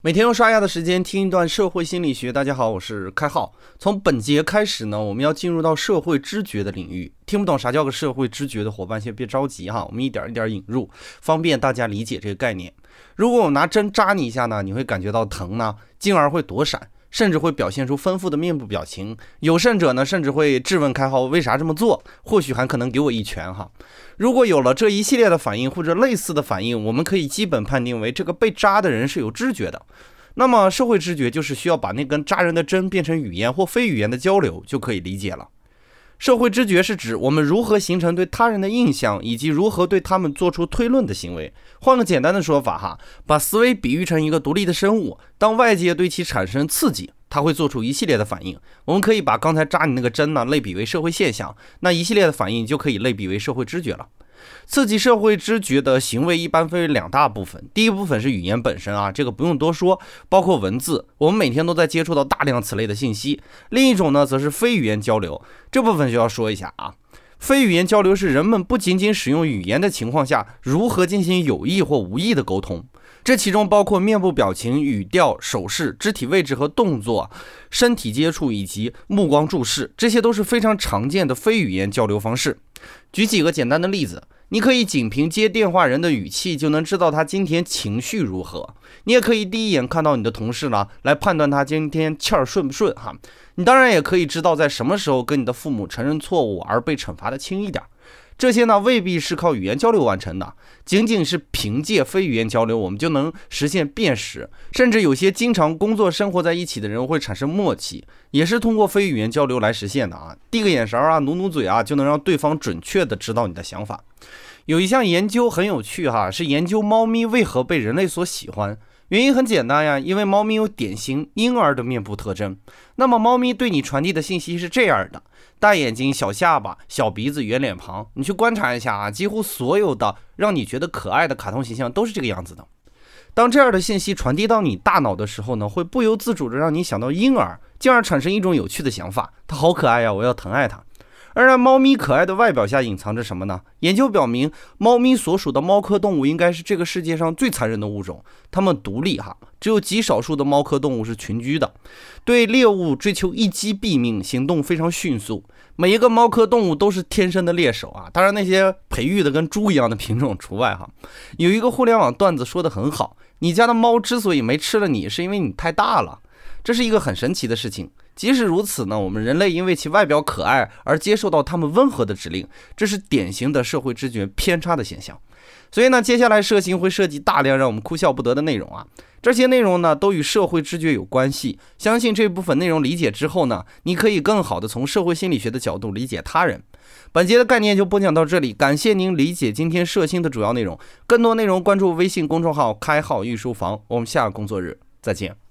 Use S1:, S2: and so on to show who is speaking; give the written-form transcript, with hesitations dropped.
S1: 每天用刷牙的时间听一段社会心理学。大家好，我是开浩。从本节开始呢，我们要进入到社会知觉的领域。听不懂啥叫个社会知觉的伙伴先别着急哈，我们一点一点引入，方便大家理解这个概念。如果我拿针扎你一下呢，你会感觉到疼呢，进而会躲闪，甚至会表现出丰富的面部表情。有甚者呢，甚至会质问开浩为啥这么做，或许还可能给我一拳哈。如果有了这一系列的反应或者类似的反应，我们可以基本判定为这个被扎的人是有知觉的。那么社会知觉就是需要把那根扎人的针变成语言或非语言的交流就可以理解了。社会知觉是指我们如何形成对他人的印象，以及如何对他们做出推论的行为。换个简单的说法哈，把思维比喻成一个独立的生物，当外界对其产生刺激，它会做出一系列的反应。我们可以把刚才扎你那个针呢类比为社会现象，那一系列的反应就可以类比为社会知觉了。刺激社会知觉的行为一般分为两大部分，第一部分是语言本身啊，这个不用多说，包括文字，我们每天都在接触到大量此类的信息。另一种呢，则是非语言交流，这部分就要说一下啊。非语言交流是人们不仅仅使用语言的情况下，如何进行有意或无意的沟通。这其中包括面部表情、语调、手势、肢体位置和动作、身体接触以及目光注视，这些都是非常常见的非语言交流方式。举几个简单的例子，你可以仅凭接电话人的语气就能知道他今天情绪如何，你也可以第一眼看到你的同事呢，来判断他今天气儿顺不顺哈。你当然也可以知道在什么时候跟你的父母承认错误而被惩罚的轻一点。这些呢未必是靠语言交流完成的，仅仅是凭借非语言交流我们就能实现辨识，甚至有些经常工作生活在一起的人会产生默契，也是通过非语言交流来实现的啊。递个眼神啊，努努嘴啊，就能让对方准确的知道你的想法。有一项研究很有趣哈，是研究猫咪为何被人类所喜欢。原因很简单呀，因为猫咪有典型婴儿的面部特征。那么猫咪对你传递的信息是这样的：大眼睛、小下巴、小鼻子、圆脸庞。你去观察一下啊，几乎所有的让你觉得可爱的卡通形象都是这个样子的。当这样的信息传递到你大脑的时候呢，会不由自主的让你想到婴儿，进而产生一种有趣的想法：它好可爱呀，我要疼爱它。而在猫咪可爱的外表下隐藏着什么呢？研究表明，猫咪所属的猫科动物应该是这个世界上最残忍的物种。它们独立哈，只有极少数的猫科动物是群居的，对猎物追求一击毙命，行动非常迅速。每一个猫科动物都是天生的猎手啊，当然那些培育的跟猪一样的品种除外哈。有一个互联网段子说得很好，你家的猫之所以没吃了你，是因为你太大了。这是一个很神奇的事情。即使如此呢，我们人类因为其外表可爱而接受到它们温和的指令，这是典型的社会知觉偏差的现象。所以呢，接下来社行会涉及大量让我们哭笑不得的内容啊。这些内容呢，都与社会知觉有关系。相信这部分内容理解之后呢，你可以更好的从社会心理学的角度理解他人。本节的概念就播讲到这里，感谢您理解今天社行的主要内容。更多内容关注微信公众号开号御书房，我们下个工作日再见。